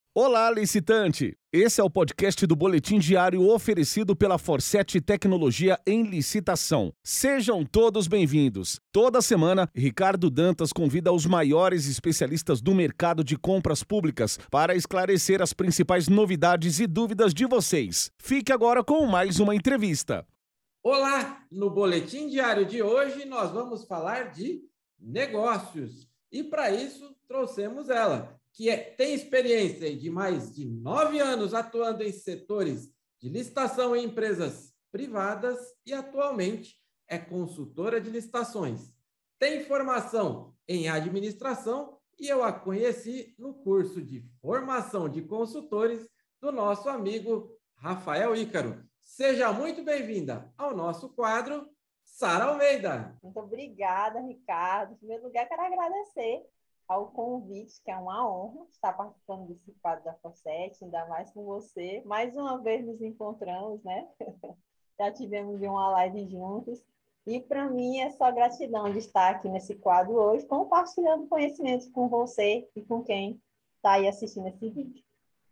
Olá, licitante! Esse é o podcast do Boletim Diário oferecido pela Forset Tecnologia em Licitação. Sejam todos bem-vindos. Toda semana, Ricardo Dantas convida os maiores especialistas do mercado de compras públicas para esclarecer as principais novidades e dúvidas de vocês. Fique agora com mais uma entrevista. Olá! No Boletim Diário de hoje, nós vamos falar de negócios. E para isso, trouxemos ela, que tem experiência de mais de 9 anos atuando em setores de licitação em empresas privadas e atualmente é consultora de licitações. Tem formação em administração e eu a conheci no curso de formação de consultores do nosso amigo Rafael Ícaro. Seja muito bem-vinda ao nosso quadro Sara Almeida. Muito obrigada, Ricardo. Em primeiro lugar, quero agradecer ao convite, que é uma honra estar participando desse quadro da Forset, ainda mais com você. Mais uma vez nos encontramos, né? Já tivemos uma live juntos. E para mim é só gratidão de estar aqui nesse quadro hoje, compartilhando conhecimentos com você e com quem está aí assistindo esse vídeo.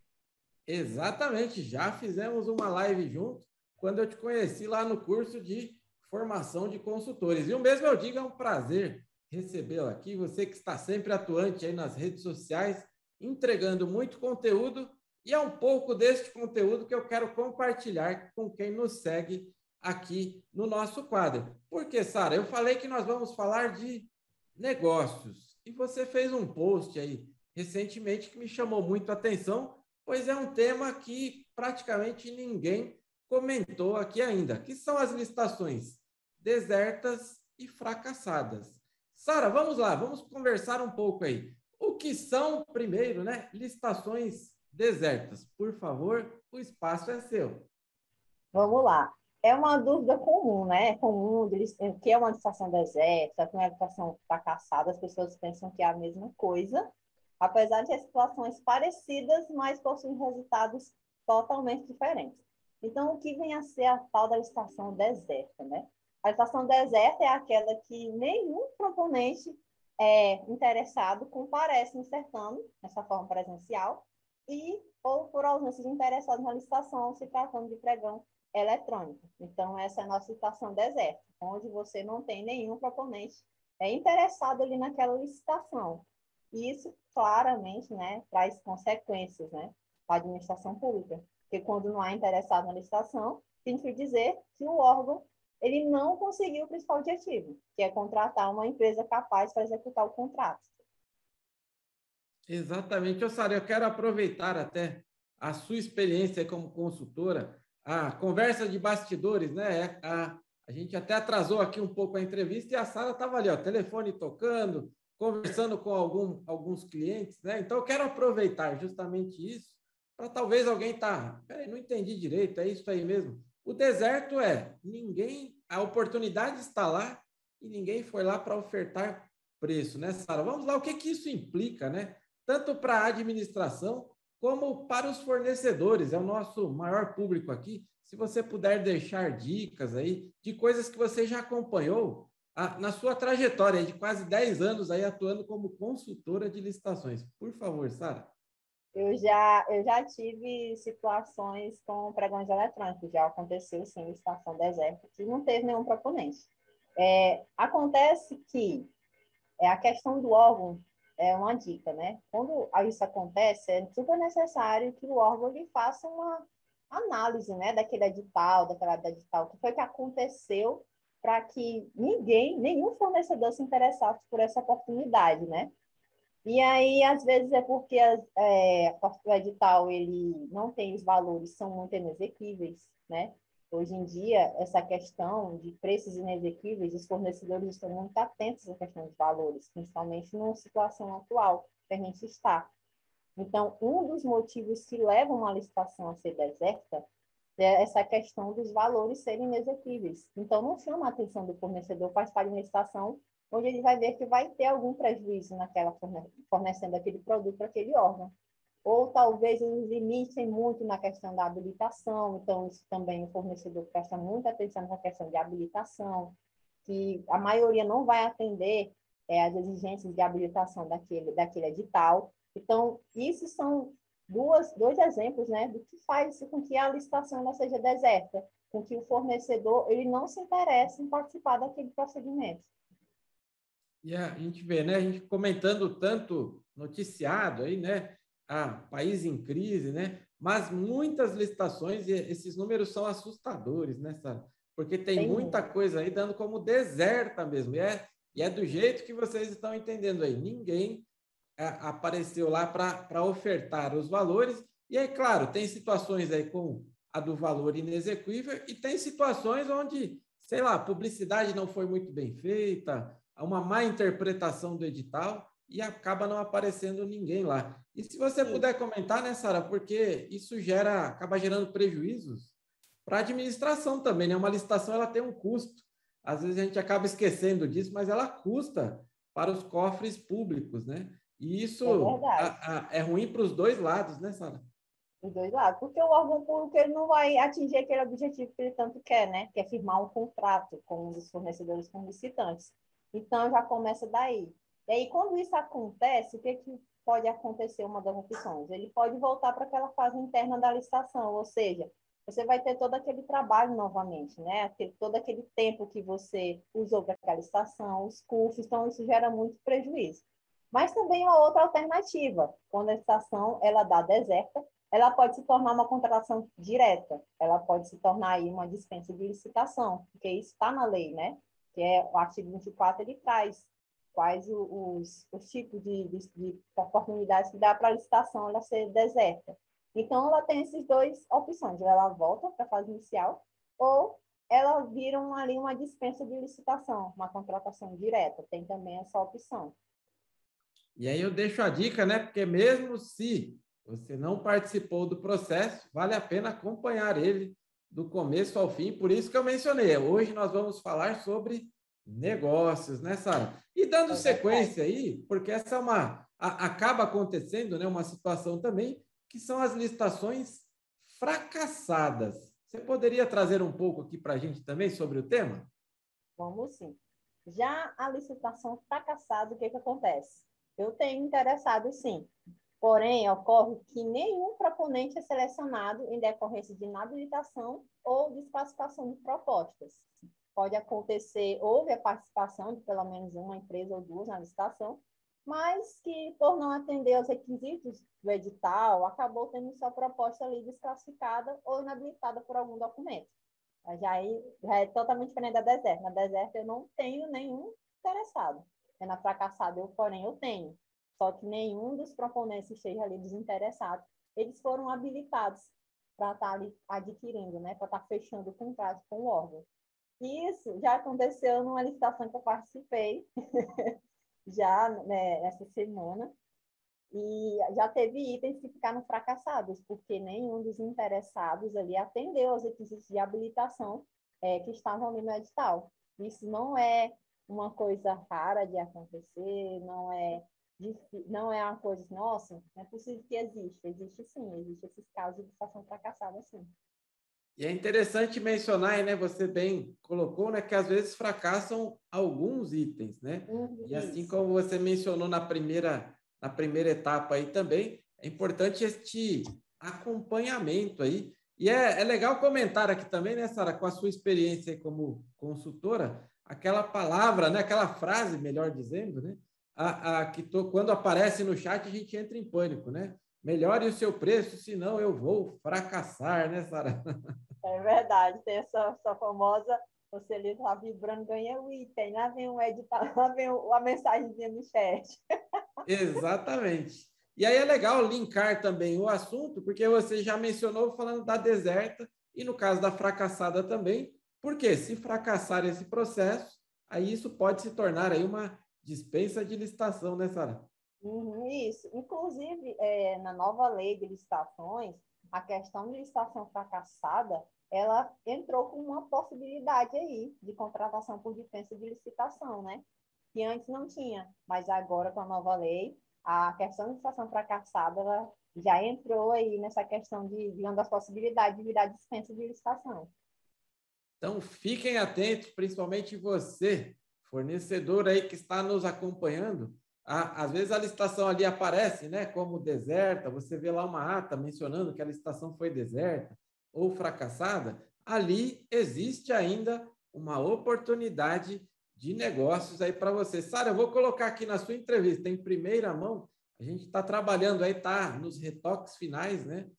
Exatamente, já fizemos uma live junto quando eu te conheci lá no curso de formação de consultores. E o mesmo eu digo, é um prazer recebê-lo aqui, você que está sempre atuante aí nas redes sociais, entregando muito conteúdo, e é um pouco deste conteúdo que eu quero compartilhar com quem nos segue aqui no nosso quadro. Porque, Sara, eu falei que nós vamos falar de negócios, e você fez um post aí recentemente que me chamou muito a atenção, pois é um tema que praticamente ninguém comentou aqui ainda, que são as licitações desertas e fracassadas. Sara, vamos lá, vamos conversar um pouco aí. O que são, primeiro, né, licitações desertas? Por favor, o espaço é seu. Vamos lá. É uma dúvida comum, né? É comum o que é uma licitação deserta, o que é uma licitação fracassada, as pessoas pensam que é a mesma coisa, apesar de ter situações parecidas, mas possuem resultados totalmente diferentes. Então, o que vem a ser a tal da licitação deserta, né? A licitação deserta é aquela que nenhum proponente interessado comparece no certame, nessa forma presencial, ou por ausência de interessados na licitação, se tratando de pregão eletrônico. Então, essa é a nossa licitação deserta, onde você não tem nenhum proponente interessado ali naquela licitação. E isso, claramente, né, traz consequências, né, para a administração pública. Porque quando não há interessado na licitação, tem que dizer que o órgão ele não conseguiu o principal objetivo, que é contratar uma empresa capaz para executar o contrato. Exatamente. Ô, Sara, eu quero aproveitar até a sua experiência como consultora, a conversa de bastidores, né? A gente até atrasou aqui um pouco a entrevista e a Sara estava ali, ó, telefone tocando, conversando com alguns clientes, né? Então, eu quero aproveitar justamente isso para talvez alguém peraí, não entendi direito, é isso aí mesmo. O deserto a oportunidade está lá e ninguém foi lá para ofertar preço, né, Sara? Vamos lá, o que isso implica, né? Tanto para a administração como para os fornecedores, é o nosso maior público aqui. Se você puder deixar dicas aí de coisas que você já acompanhou na sua trajetória de quase 10 anos aí atuando como consultora de licitações. Por favor, Sara. Eu já tive situações com pregões eletrônicos, já aconteceu sim, em licitação deserta, que não teve nenhum proponente. Acontece que a questão do órgão é uma dica, né? Quando isso acontece, é super necessário que o órgão ele faça uma análise, né, daquele edital, daquela edital, o que foi que aconteceu para que nenhum fornecedor se interessasse por essa oportunidade, né? E aí, às vezes, é porque o edital ele não tem os valores, são muito inexequíveis, né? Hoje em dia, essa questão de preços inexequíveis, os fornecedores estão muito atentos à questão de valores, principalmente numa situação atual que a gente está. Então, um dos motivos que levam uma licitação a ser deserta é essa questão dos valores serem inexequíveis. Então, não chama a atenção do fornecedor, faz parte de uma licitação onde ele vai ver que vai ter algum prejuízo naquela fornecendo aquele produto para aquele órgão. Ou talvez eles limitem muito na questão da habilitação, então isso também o fornecedor presta muita atenção na questão de habilitação, que a maioria não vai atender as exigências de habilitação daquele edital. Então, isso são dois exemplos, né, do que faz com que a licitação ela seja deserta, com que o fornecedor ele não se interessa em participar daquele procedimento. E a gente vê, né, a gente comentando tanto noticiado aí, né, país em crise, né, mas muitas licitações, e esses números são assustadores, né, Sara? Porque tem muita coisa aí dando como deserta mesmo, e é do jeito que vocês estão entendendo aí, ninguém apareceu lá para ofertar os valores, e aí, claro, tem situações aí com a do valor inexequível, e tem situações onde, sei lá, a publicidade não foi muito bem feita, uma má interpretação do edital, e acaba não aparecendo ninguém lá. E se você puder comentar, né, Sara, porque isso acaba gerando prejuízos para a administração também, né? Uma licitação ela tem um custo. Às vezes a gente acaba esquecendo disso, mas ela custa para os cofres públicos, né? E isso é ruim para os dois lados, né, Sara? Os dois lados, porque o órgão público ele não vai atingir aquele objetivo que ele tanto quer, né? Que é firmar um contrato com os fornecedores, com os licitantes. Então, já começa daí. E aí, quando isso acontece, o que pode acontecer? Uma das opções. Ele pode voltar para aquela fase interna da licitação, ou seja, você vai ter todo aquele trabalho novamente, né? Todo aquele tempo que você usou para aquela licitação, os custos, então isso gera muito prejuízo. Mas também há outra alternativa, quando a licitação ela dá deserta, ela pode se tornar uma contratação direta, ela pode se tornar aí uma dispensa de licitação, porque isso está na lei, né? Que é o artigo 24, ele traz quais os tipos de oportunidades que dá para a licitação ela ser deserta. Então, ela tem essas duas opções, ela volta para a fase inicial ou ela vira ali uma dispensa de licitação, uma contratação direta, tem também essa opção. E aí eu deixo a dica, né? Porque mesmo se você não participou do processo, vale a pena acompanhar ele do começo ao fim. Por isso que eu mencionei. Hoje nós vamos falar sobre negócios, né, Sara? E dando sequência aí, porque essa é acaba acontecendo, né, uma situação também, que são as licitações fracassadas. Você poderia trazer um pouco aqui para a gente também sobre o tema? Vamos sim. Já a licitação fracassada, o que acontece? Eu tenho interessado, sim. Porém, ocorre que nenhum proponente é selecionado em decorrência de inabilitação ou desclassificação de propostas. Pode acontecer, houve a participação de pelo menos uma empresa ou duas na licitação, mas que, por não atender aos requisitos do edital, acabou tendo sua proposta ali desclassificada ou inabilitada por algum documento. Já é totalmente diferente da deserta. Na deserta eu não tenho nenhum interessado. Na fracassada, porém, eu tenho. Só que nenhum dos proponentes esteja ali desinteressado. Eles foram habilitados para estar ali adquirindo, né? Para estar fechando o contrato com o órgão. Isso já aconteceu numa licitação que eu participei, já né, essa semana, e já teve itens que ficaram fracassados, porque nenhum dos interessados ali atendeu aos requisitos de habilitação que estavam ali no edital. Isso não é uma coisa rara de acontecer, não é uma coisa, nossa, não é possível que existe sim, existe esses casos de licitação fracassada sim. E é interessante mencionar, né, você bem colocou, né, que às vezes fracassam alguns itens, né? E assim como você mencionou na primeira etapa aí também, é importante este acompanhamento aí. E é legal comentar aqui também, né, Sara, com a sua experiência aí como consultora, aquela palavra, né, aquela frase, melhor dizendo, né, quando aparece no chat a gente entra em pânico, né? Melhore o seu preço, senão eu vou fracassar, né, Sara? É verdade, tem essa famosa, você ali está vibrando, ganha o item, lá vem o edital, lá vem a mensagenzinha no chat. Exatamente. E aí é legal linkar também o assunto, porque você já mencionou falando da deserta e no caso da fracassada também, porque se fracassar esse processo, aí isso pode se tornar aí uma dispensa de licitação, né, Sara? Isso. Inclusive, na nova lei de licitações, a questão de licitação fracassada, ela entrou com uma possibilidade aí de contratação por dispensa de licitação, né? Que antes não tinha, mas agora com a nova lei, a questão de licitação fracassada, ela já entrou aí nessa questão de uma das possibilidades de virar dispensa de licitação. Então, fiquem atentos, principalmente você, fornecedor aí que está nos acompanhando. Às vezes a licitação ali aparece, né, como deserta, você vê lá uma ata mencionando que a licitação foi deserta ou fracassada, ali existe ainda uma oportunidade de negócios aí para você. Sara, eu vou colocar aqui na sua entrevista, em primeira mão, a gente está trabalhando aí, está nos retoques finais, né,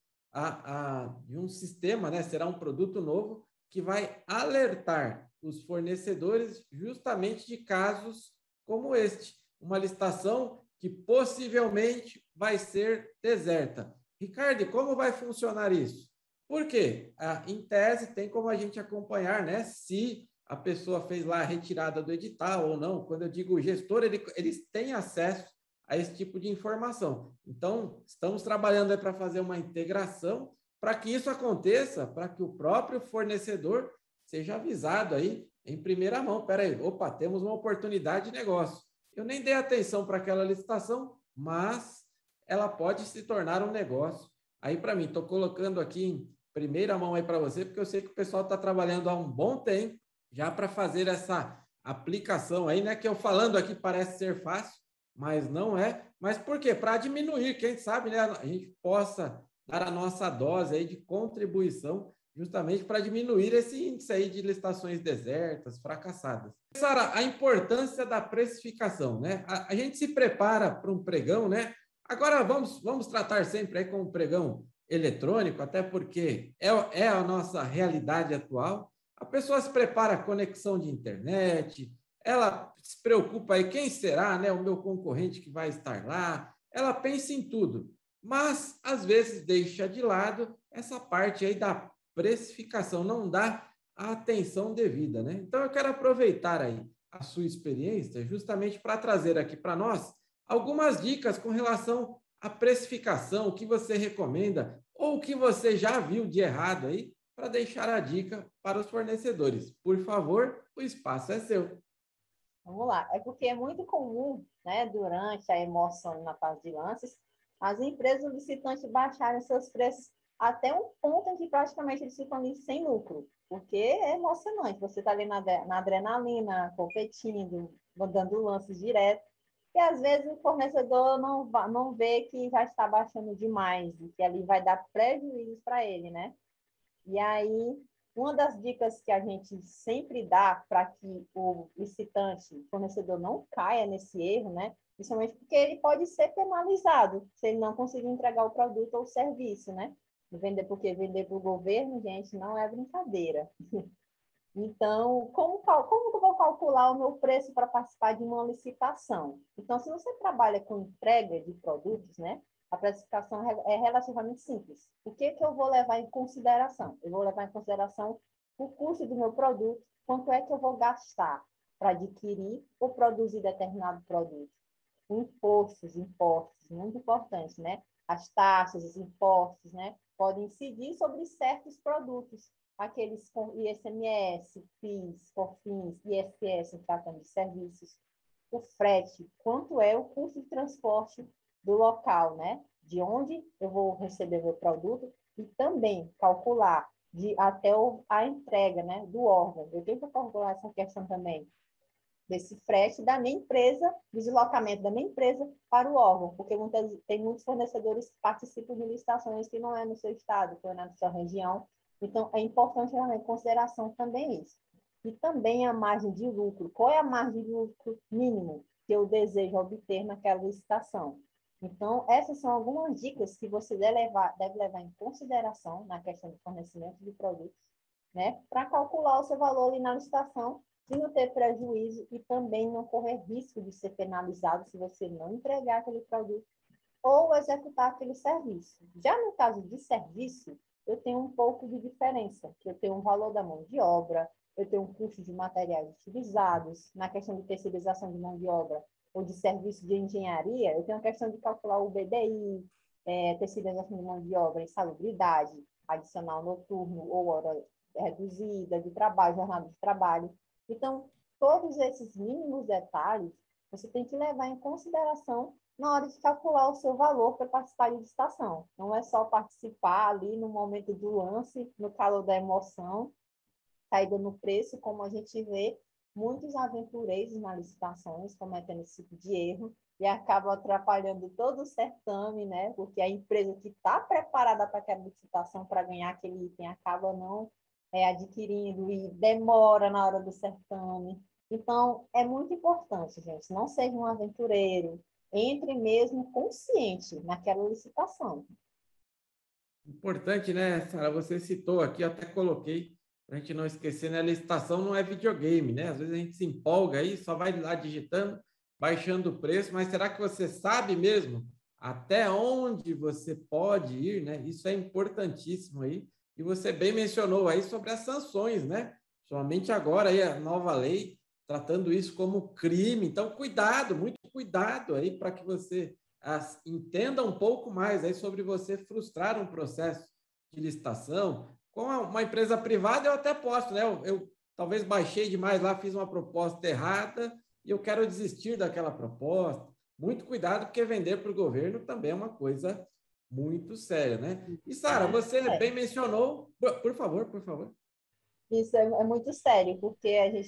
de um sistema, né, será um produto novo que vai alertar os fornecedores justamente de casos como este, uma licitação que possivelmente vai ser deserta. Ricardo, como vai funcionar isso? Por quê? Em tese, tem como a gente acompanhar, né, se a pessoa fez lá a retirada do edital ou não. Quando eu digo gestor, eles têm acesso a esse tipo de informação. Então, estamos trabalhando para fazer uma integração para que isso aconteça, para que o próprio fornecedor seja avisado aí em primeira mão. Espera aí, opa, temos uma oportunidade de negócio. Eu nem dei atenção para aquela licitação, mas ela pode se tornar um negócio. Aí, para mim, estou colocando aqui em primeira mão aí para você, porque eu sei que o pessoal está trabalhando há um bom tempo já para fazer essa aplicação aí, né? Que eu falando aqui parece ser fácil, mas não é. Mas por quê? Para diminuir, quem sabe, né? A gente possa dar a nossa dose aí de contribuição justamente para diminuir esse índice aí de licitações desertas, fracassadas. Sara, a importância da precificação, né? A gente se prepara para um pregão, né? Agora vamos tratar sempre aí com um pregão eletrônico, até porque é a nossa realidade atual. A pessoa se prepara a conexão de internet, ela se preocupa aí quem será, né, o meu concorrente que vai estar lá, ela pensa em tudo, mas às vezes deixa de lado essa parte aí da precificação, não dá a atenção devida, né? Então eu quero aproveitar aí a sua experiência justamente para trazer aqui para nós algumas dicas com relação à precificação, o que você recomenda ou o que você já viu de errado aí, para deixar a dica para os fornecedores. Por favor, o espaço é seu. Vamos lá. É porque é muito comum, né, durante a emoção na fase de lances, as empresas licitantes baixarem seus preços até um ponto em que praticamente eles ficam ali sem lucro, porque é emocionante. Você está ali na adrenalina, competindo, dando lances direto, e às vezes o fornecedor não vê que já está baixando demais e que ali vai dar prejuízos para ele, né? E aí, uma das dicas que a gente sempre dá para que o licitante, o fornecedor, não caia nesse erro, né? Principalmente porque ele pode ser penalizado se ele não conseguir entregar o produto ou o serviço, né? Porque vender para o governo, gente, não é brincadeira. Então, como que eu vou calcular o meu preço para participar de uma licitação? Então, se você trabalha com entrega de produtos, né, a precificação é relativamente simples. O que eu vou levar em consideração? Eu vou levar em consideração o custo do meu produto, quanto é que eu vou gastar para adquirir ou produzir determinado produto. Impostos, muito importantes, né? As taxas, os impostos, né, podem incidir sobre certos produtos, aqueles com ICMS, PIS, COFINS, ISS, em tratando de serviços, o frete, quanto é o custo de transporte do local, né? De onde eu vou receber meu produto e também calcular até a entrega, né, do órgão. Eu tenho que calcular essa questão também desse frete da minha empresa, deslocamento da minha empresa para o órgão, porque tem muitos fornecedores que participam de licitações que não é no seu estado, que não é na sua região. Então, é importante levar em consideração também isso. E também a margem de lucro. Qual é a margem de lucro mínimo que eu desejo obter naquela licitação? Então, essas são algumas dicas que você deve levar em consideração na questão do fornecimento de produtos, né, para calcular o seu valor ali na licitação e não ter prejuízo e também não correr risco de ser penalizado se você não entregar aquele produto ou executar aquele serviço. Já no caso de serviço, eu tenho um pouco de diferença, que eu tenho um valor da mão de obra, eu tenho um custo de materiais utilizados, na questão de terceirização de mão de obra ou de serviço de engenharia, eu tenho a questão de calcular o BDI, terceirização de mão de obra, insalubridade, adicional noturno ou hora reduzida de trabalho, jornada de trabalho. Então, todos esses mínimos detalhes você tem que levar em consideração na hora de calcular o seu valor para participar de licitação. Não é só participar ali no momento do lance, no calor da emoção, caída no preço, como a gente vê muitos aventureiros nas licitações cometendo esse tipo de erro, e acaba atrapalhando todo o certame, né? Porque a empresa que está preparada para aquela licitação para ganhar aquele item acaba não adquirindo e demora na hora do certame. Então, é muito importante, gente, não seja um aventureiro, entre mesmo consciente naquela licitação. Importante, né, Sara? Você citou aqui, eu até coloquei, para a gente não esquecer, né? A licitação não é videogame, né? Às vezes a gente se empolga aí, só vai lá digitando, baixando o preço, mas será que você sabe mesmo até onde você pode ir, né? Isso é importantíssimo aí. E você bem mencionou aí sobre as sanções, né? Somente agora aí a nova lei tratando isso como crime. Então, cuidado, muito cuidado aí para que você entenda um pouco mais aí sobre você frustrar um processo de licitação. Com uma empresa privada, eu até posso, né? Eu talvez baixei demais lá, fiz uma proposta errada e eu quero desistir daquela proposta. Muito cuidado, porque vender para o governo também é uma coisa muito séria, né? E, Sara, você bem mencionou... Por favor, por favor. Isso é muito sério, porque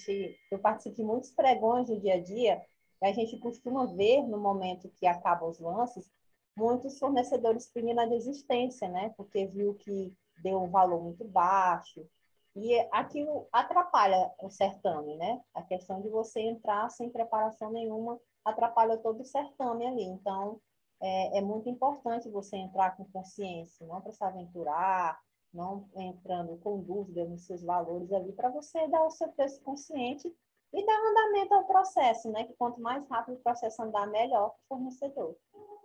eu participo de muitos pregões do dia a dia, e a gente costuma ver, no momento que acabam os lances, muitos fornecedores pedindo a desistência, né? Porque viu que deu um valor muito baixo, e aquilo atrapalha o certame, né? A questão de você entrar sem preparação nenhuma atrapalha todo o certame ali. Então, é muito importante você entrar com consciência, não para se aventurar, não entrando com dúvida nos seus valores ali, para você dar o seu preço consciente e dar andamento ao processo, né? Que quanto mais rápido o processo andar, melhor para o fornecedor.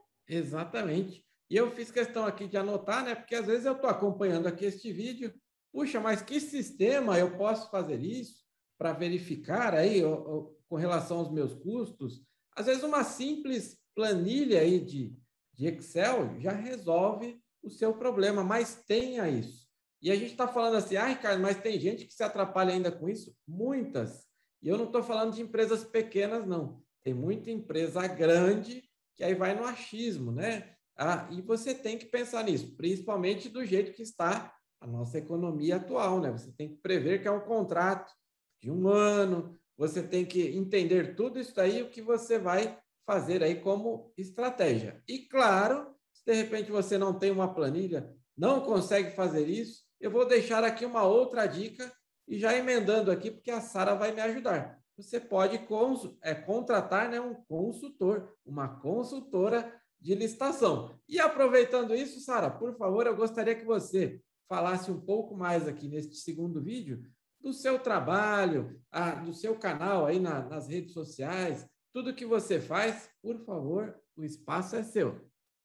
Exatamente. E eu fiz questão aqui de anotar, né? Porque às vezes eu estou acompanhando aqui este vídeo, puxa, mas que sistema eu posso fazer isso para verificar aí com relação aos meus custos? Às vezes uma simples planilha aí de Excel já resolve o seu problema, mas tenha isso. E a gente está falando assim, Ricardo, mas tem gente que se atrapalha ainda com isso? Muitas. E eu não estou falando de empresas pequenas, não. Tem muita empresa grande que aí vai no achismo, né? E você tem que pensar nisso, principalmente do jeito que está a nossa economia atual, né? Você tem que prever que é um contrato de 1 ano, você tem que entender tudo isso aí, o que você vai fazer aí como estratégia. E claro, se de repente você não tem uma planilha, não consegue fazer isso, eu vou deixar aqui uma outra dica e já emendando aqui, porque a Sara vai me ajudar. Você pode contratar, né, um consultor, uma consultora de licitação. E aproveitando isso, Sara, por favor, eu gostaria que você falasse um pouco mais aqui neste segundo vídeo do seu trabalho, do seu canal aí nas redes sociais, tudo que você faz, por favor, o espaço é seu.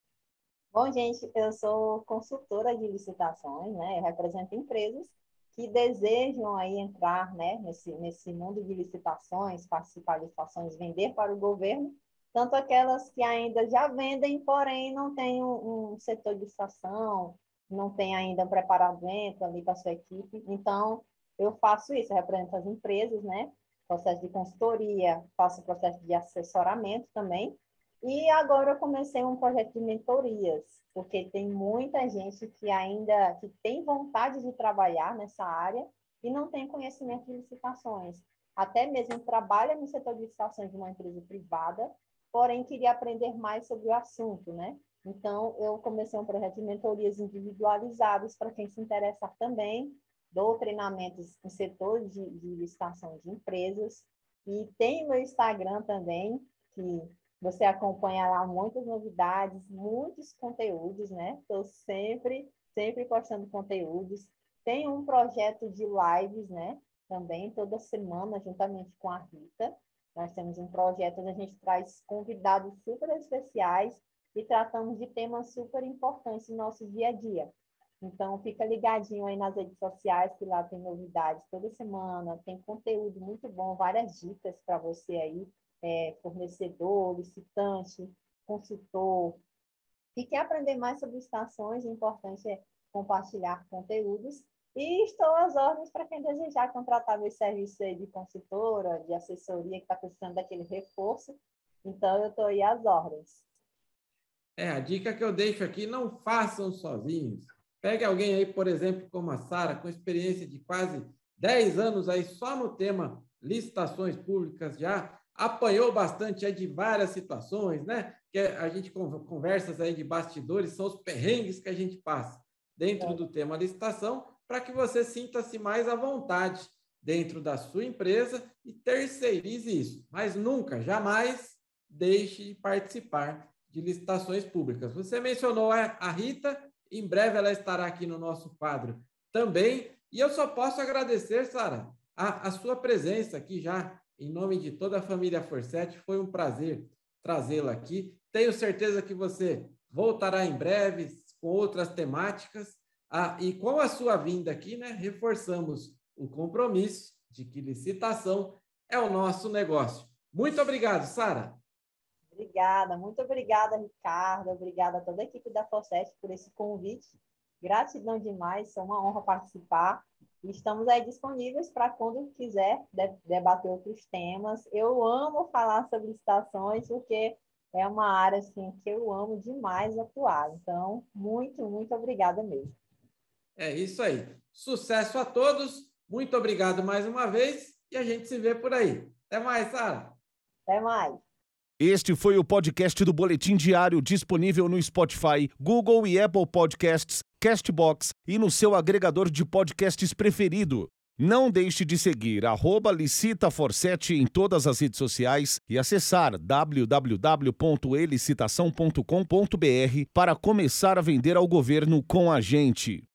Bom, gente, eu sou consultora de licitações, né? Eu represento empresas que desejam aí entrar, né, nesse mundo de licitações, participar de licitações, vender para o governo, tanto aquelas que ainda já vendem, porém não tem um setor de licitação, não tem ainda um preparamento ali para a sua equipe. Então, eu faço isso, eu represento as empresas, né? Processo de consultoria, faço processo de assessoramento também, e agora eu comecei um projeto de mentorias, porque tem muita gente que ainda que tem vontade de trabalhar nessa área e não tem conhecimento de licitações. Até mesmo trabalha no setor de licitações de uma empresa privada, porém queria aprender mais sobre o assunto, né? Então, eu comecei um projeto de mentorias individualizadas para quem se interessar também. Dou treinamentos no setor de licitação de empresas. E tem meu Instagram também, que você acompanha lá muitas novidades, muitos conteúdos, né? Estou sempre postando conteúdos. Tem um projeto de lives, né? Também, toda semana, juntamente com a Rita. Nós temos um projeto onde a gente traz convidados super especiais e tratamos de temas super importantes no nosso dia a dia. Então, fica ligadinho aí nas redes sociais, que lá tem novidades toda semana, tem conteúdo muito bom, várias dicas para você aí, fornecedor, licitante, consultor, e quer aprender mais sobre estações, o importante é compartilhar conteúdos. E estou às ordens para quem desejar contratar meu serviço aí de consultora, de assessoria, que está precisando daquele reforço. Então, eu estou aí às ordens. A dica que eu deixo aqui, não façam sozinhos. Pegue alguém aí, por exemplo, como a Sara, com experiência de quase 10 anos aí só no tema licitações públicas já, apanhou bastante aí de várias situações, né? Que a gente conversas aí de bastidores, são os perrengues que a gente passa dentro do tema licitação, para que você sinta-se mais à vontade dentro da sua empresa e terceirize isso. Mas nunca, jamais deixe de participar de licitações públicas. Você mencionou a Rita, em breve ela estará aqui no nosso quadro também, e eu só posso agradecer, Sara, a sua presença aqui já, em nome de toda a família Forset. Foi um prazer trazê-la aqui. Tenho certeza que você voltará em breve com outras temáticas. E com a sua vinda aqui, né, reforçamos o compromisso de que licitação é o nosso negócio. Muito obrigado, Sara. Obrigada, muito obrigada, Ricardo. Obrigada a toda a equipe da Forset por esse convite. Gratidão demais, é uma honra participar. E estamos aí disponíveis para quando quiser debater outros temas. Eu amo falar sobre licitações, porque é uma área assim, que eu amo demais atuar. Então, muito, muito obrigada mesmo. É isso aí. Sucesso a todos. Muito obrigado mais uma vez e a gente se vê por aí. Até mais, Sara. Até mais. Este foi o podcast do Boletim Diário, disponível no Spotify, Google e Apple Podcasts, Castbox e no seu agregador de podcasts preferido. Não deixe de seguir @licitaforset em todas as redes sociais e acessar www.elicitação.com.br para começar a vender ao governo com a gente.